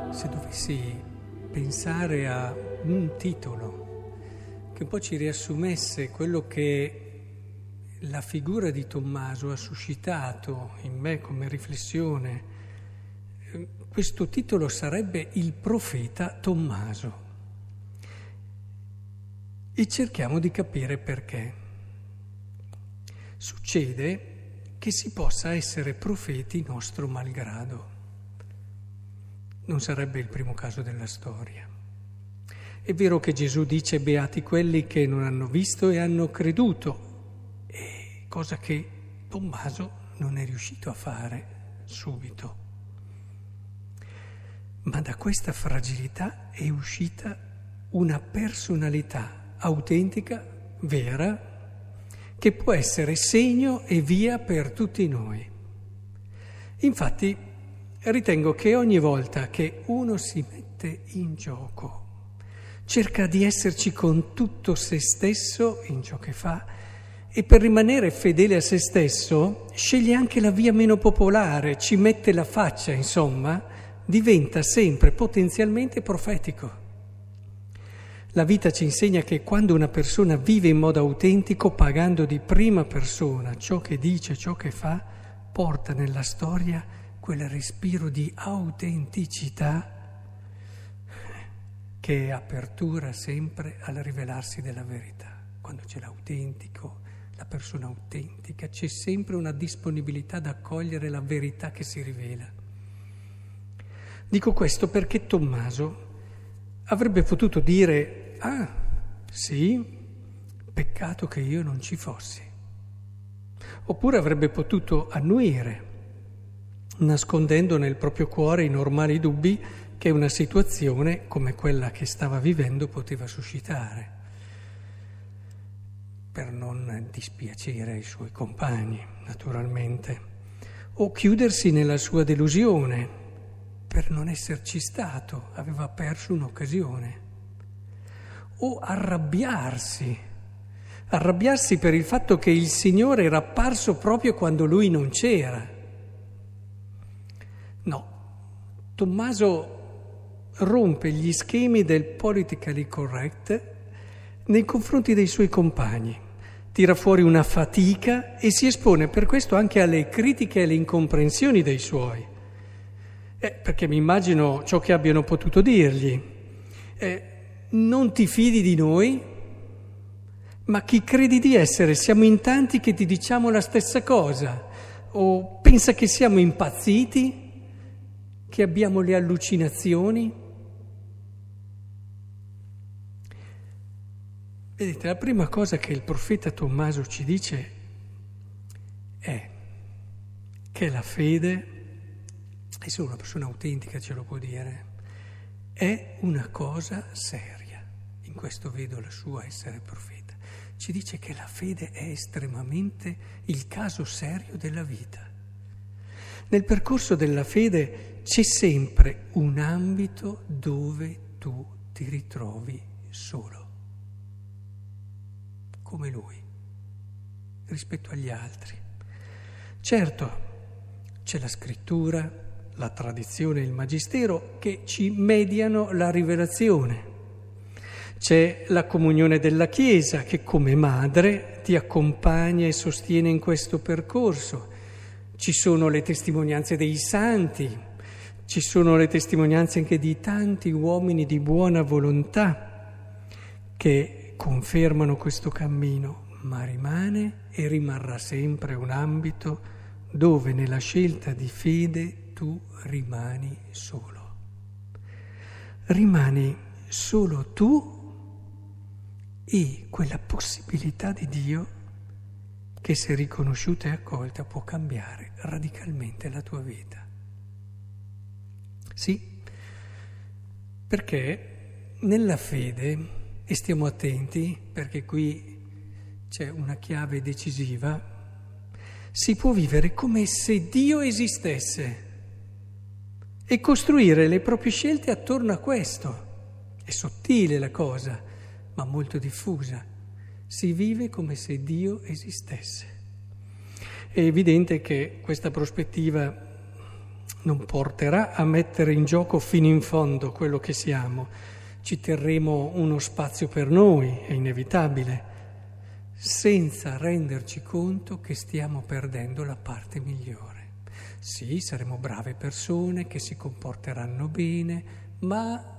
Se dovessi pensare a un titolo che un po' ci riassumesse quello che la figura di Tommaso ha suscitato in me come riflessione, questo titolo sarebbe Il profeta Tommaso. E cerchiamo di capire perché. Succede che si possa essere profeti nostro malgrado. Non sarebbe il primo caso della storia. È vero che Gesù dice beati quelli che non hanno visto e hanno creduto, cosa che Tommaso non è riuscito a fare subito. Ma da questa fragilità è uscita una personalità autentica, vera, che può essere segno e via per tutti noi. Infatti, ritengo che ogni volta che uno si mette in gioco, cerca di esserci con tutto se stesso in ciò che fa e per rimanere fedele a se stesso sceglie anche la via meno popolare, ci mette la faccia, insomma, diventa sempre potenzialmente profetico. La vita ci insegna che quando una persona vive in modo autentico, pagando di prima persona ciò che dice, ciò che fa, porta nella storia quel respiro di autenticità che è apertura sempre al rivelarsi della verità. Quando c'è l'autentico, la persona autentica, c'è sempre una disponibilità ad accogliere la verità che si rivela. Dico questo perché Tommaso avrebbe potuto dire, ah, sì, peccato che io non ci fossi. Oppure avrebbe potuto annuire, nascondendo nel proprio cuore i normali dubbi che una situazione come quella che stava vivendo poteva suscitare, per non dispiacere ai suoi compagni, naturalmente, o chiudersi nella sua delusione, per non esserci stato, aveva perso un'occasione, o arrabbiarsi per il fatto che il Signore era apparso proprio quando lui non c'era. No, Tommaso rompe gli schemi del politically correct nei confronti dei suoi compagni, tira fuori una fatica e si espone per questo anche alle critiche e alle incomprensioni dei suoi. Perché mi immagino ciò che abbiano potuto dirgli. Non ti fidi di noi? Ma chi credi di essere? Siamo in tanti che ti diciamo la stessa cosa. O pensa che siamo impazziti? Che abbiamo le allucinazioni? Vedete, la prima cosa che il profeta Tommaso ci dice è che la fede, e solo una persona autentica ce lo può dire, è una cosa seria. In questo vedo la sua essere profeta. Ci dice che la fede è estremamente il caso serio della vita. Nel percorso della fede c'è sempre un ambito dove tu ti ritrovi solo, come lui, rispetto agli altri. Certo, c'è la scrittura, la tradizione e il magistero che ci mediano la rivelazione. C'è la comunione della Chiesa che come madre ti accompagna e sostiene in questo percorso. Ci sono le testimonianze dei santi, ci sono le testimonianze anche di tanti uomini di buona volontà che confermano questo cammino, ma rimane e rimarrà sempre un ambito dove nella scelta di fede tu rimani solo. Rimani solo tu e quella possibilità di Dio che, se riconosciuta e accolta, può cambiare radicalmente la tua vita. Sì, perché nella fede, e stiamo attenti perché qui c'è una chiave decisiva, si può vivere come se Dio esistesse e costruire le proprie scelte attorno a questo. È sottile la cosa, ma molto diffusa. Si vive come se Dio esistesse. È evidente che questa prospettiva non porterà a mettere in gioco fino in fondo quello che siamo. Ci terremo uno spazio per noi, è inevitabile, senza renderci conto che stiamo perdendo la parte migliore. Sì, saremo brave persone che si comporteranno bene, ma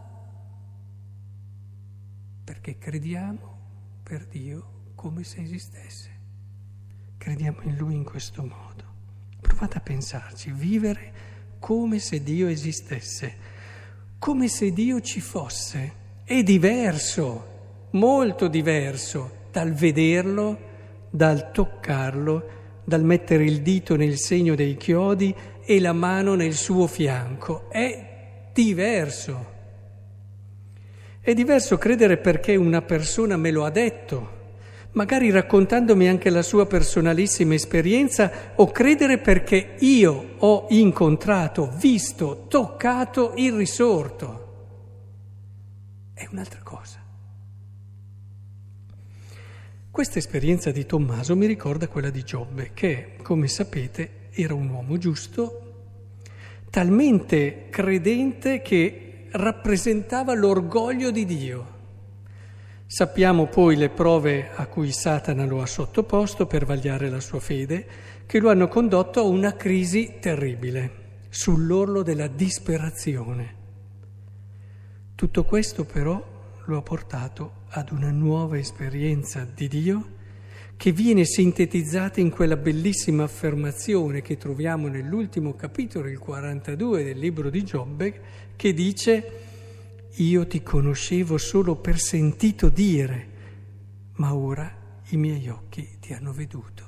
perché crediamo per Dio come se esistesse. Crediamo in Lui in questo modo. Provate a pensarci, vivere come se Dio esistesse, come se Dio ci fosse. È diverso, molto diverso dal vederlo, dal toccarlo, dal mettere il dito nel segno dei chiodi e la mano nel suo fianco. È diverso. È diverso credere perché una persona me lo ha detto, magari raccontandomi anche la sua personalissima esperienza, o credere perché io ho incontrato, visto, toccato il risorto. È un'altra cosa. Questa esperienza di Tommaso mi ricorda quella di Giobbe, che, come sapete, era un uomo giusto, talmente credente che rappresentava l'orgoglio di Dio. Sappiamo poi le prove a cui Satana lo ha sottoposto per vagliare la sua fede, che lo hanno condotto a una crisi terribile, sull'orlo della disperazione. Tutto questo però lo ha portato ad una nuova esperienza di Dio che viene sintetizzata in quella bellissima affermazione che troviamo nell'ultimo capitolo, il 42 del libro di Giobbe, che dice: io ti conoscevo solo per sentito dire, ma ora i miei occhi ti hanno veduto.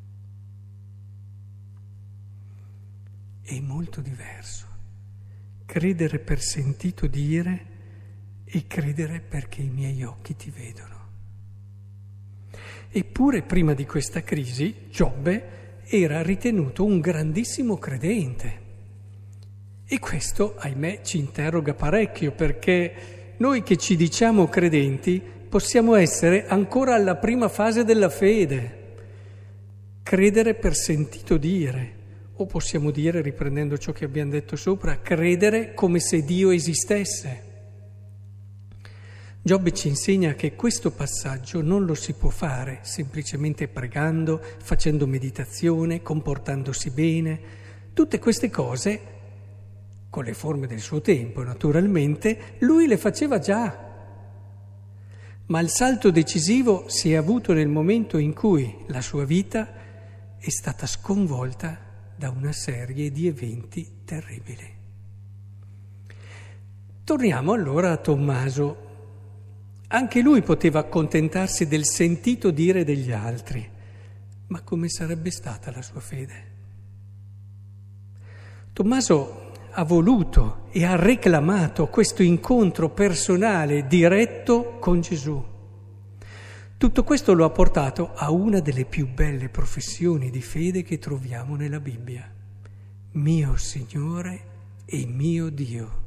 È molto diverso credere per sentito dire e credere perché i miei occhi ti vedono. Eppure prima di questa crisi Giobbe era ritenuto un grandissimo credente. E questo, ahimè, ci interroga parecchio, perché noi che ci diciamo credenti possiamo essere ancora alla prima fase della fede, credere per sentito dire, o possiamo dire, riprendendo ciò che abbiamo detto sopra, credere come se Dio esistesse. Giobbe ci insegna che questo passaggio non lo si può fare semplicemente pregando, facendo meditazione, comportandosi bene. Tutte queste cose, con le forme del suo tempo naturalmente, lui le faceva già. Ma il salto decisivo si è avuto nel momento in cui la sua vita è stata sconvolta da una serie di eventi terribili. Torniamo allora a Tommaso. Anche lui poteva accontentarsi del sentito dire degli altri, ma come sarebbe stata la sua fede? Tommaso ha voluto e ha reclamato questo incontro personale, diretto con Gesù. Tutto questo lo ha portato a una delle più belle professioni di fede che troviamo nella Bibbia: mio Signore e mio Dio.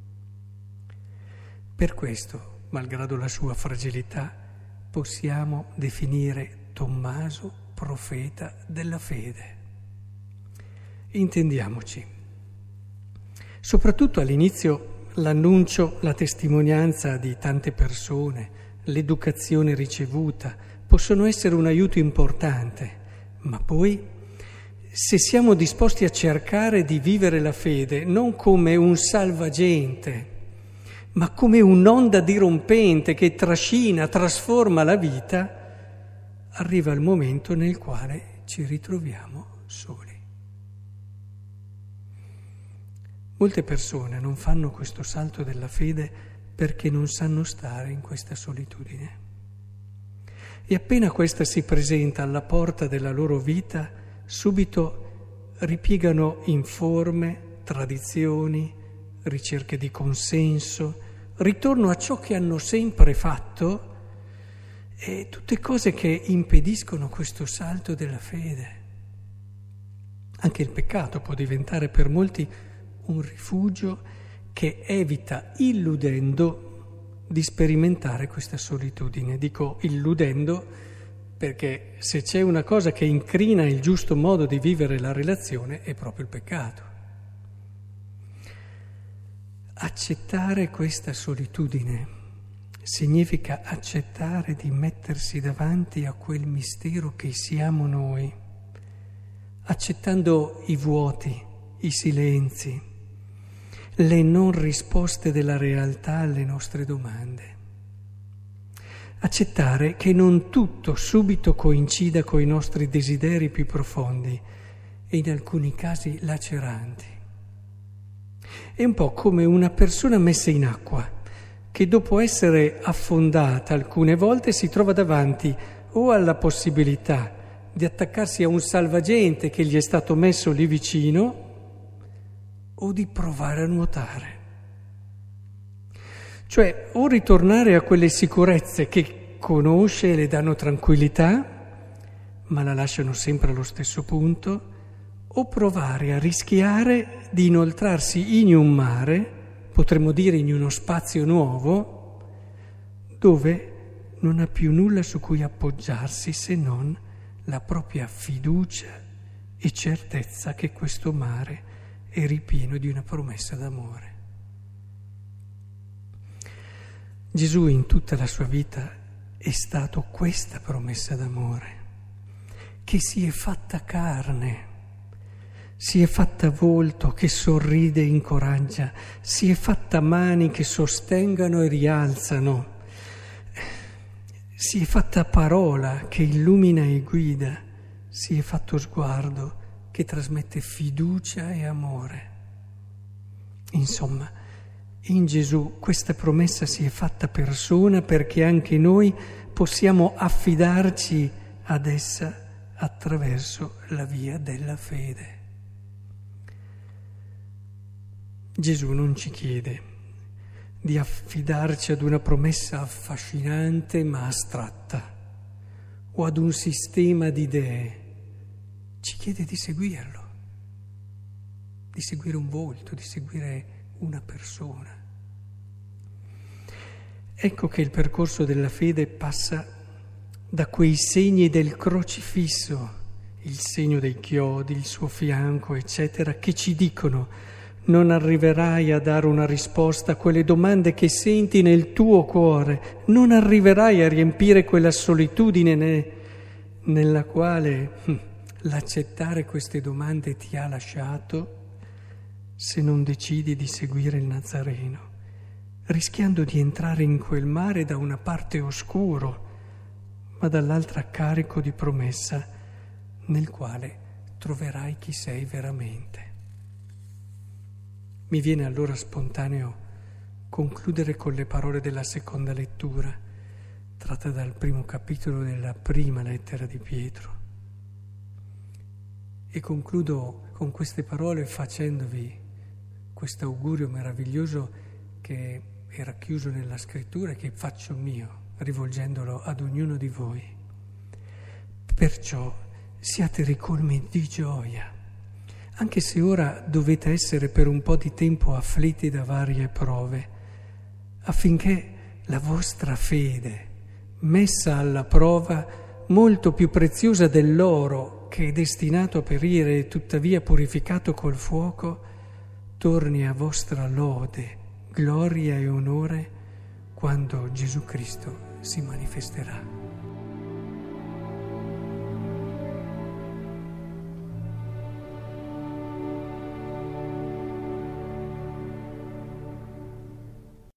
Per questo, malgrado la sua fragilità, possiamo definire Tommaso profeta della fede. Intendiamoci. Soprattutto all'inizio l'annuncio, la testimonianza di tante persone, l'educazione ricevuta possono essere un aiuto importante, ma poi, se siamo disposti a cercare di vivere la fede non come un salvagente, ma come un'onda dirompente che trascina, trasforma la vita, arriva il momento nel quale ci ritroviamo soli. Molte persone non fanno questo salto della fede perché non sanno stare in questa solitudine. E appena questa si presenta alla porta della loro vita, subito ripiegano in forme, tradizioni, ricerche di consenso, ritorno a ciò che hanno sempre fatto, e tutte cose che impediscono questo salto della fede. Anche il peccato può diventare per molti un rifugio che evita, illudendo, di sperimentare questa solitudine. Dico illudendo perché se c'è una cosa che incrina il giusto modo di vivere la relazione è proprio il peccato. Accettare questa solitudine significa accettare di mettersi davanti a quel mistero che siamo noi, accettando i vuoti, i silenzi, le non risposte della realtà alle nostre domande. Accettare che non tutto subito coincida con i nostri desideri più profondi e in alcuni casi laceranti. È un po' come una persona messa in acqua che dopo essere affondata alcune volte si trova davanti o alla possibilità di attaccarsi a un salvagente che gli è stato messo lì vicino o di provare a nuotare. Cioè o ritornare a quelle sicurezze che conosce e le danno tranquillità, ma la lasciano sempre allo stesso punto, o provare a rischiare di inoltrarsi in un mare, potremmo dire in uno spazio nuovo, dove non ha più nulla su cui appoggiarsi se non la propria fiducia e certezza che questo mare è ripieno di una promessa d'amore. Gesù in tutta la sua vita è stato questa promessa d'amore, che si è fatta carne, si è fatta volto che sorride e incoraggia, si è fatta mani che sostengano e rialzano, si è fatta parola che illumina e guida, si è fatto sguardo che trasmette fiducia e amore. Insomma, in Gesù questa promessa si è fatta persona perché anche noi possiamo affidarci ad essa attraverso la via della fede. Gesù non ci chiede di affidarci ad una promessa affascinante ma astratta o ad un sistema di idee, ci chiede di seguirlo, di seguire un volto, di seguire una persona. Ecco che il percorso della fede passa da quei segni del crocifisso, il segno dei chiodi, il suo fianco, eccetera, che ci dicono: non arriverai a dare una risposta a quelle domande che senti nel tuo cuore, non arriverai a riempire quella solitudine nella quale l'accettare queste domande ti ha lasciato, se non decidi di seguire il Nazareno, rischiando di entrare in quel mare da una parte oscuro, ma dall'altra carico di promessa, nel quale troverai chi sei veramente. Mi viene allora spontaneo concludere con le parole della seconda lettura, tratta dal primo capitolo della prima lettera di Pietro. E concludo con queste parole facendovi questo augurio meraviglioso che è racchiuso nella scrittura e che faccio mio, rivolgendolo ad ognuno di voi. Perciò siate ricolmi di gioia, anche se ora dovete essere per un po' di tempo afflitti da varie prove, affinché la vostra fede, messa alla prova, molto più preziosa dell'oro che è destinato a perire e tuttavia purificato col fuoco, torni a vostra lode, gloria e onore quando Gesù Cristo si manifesterà.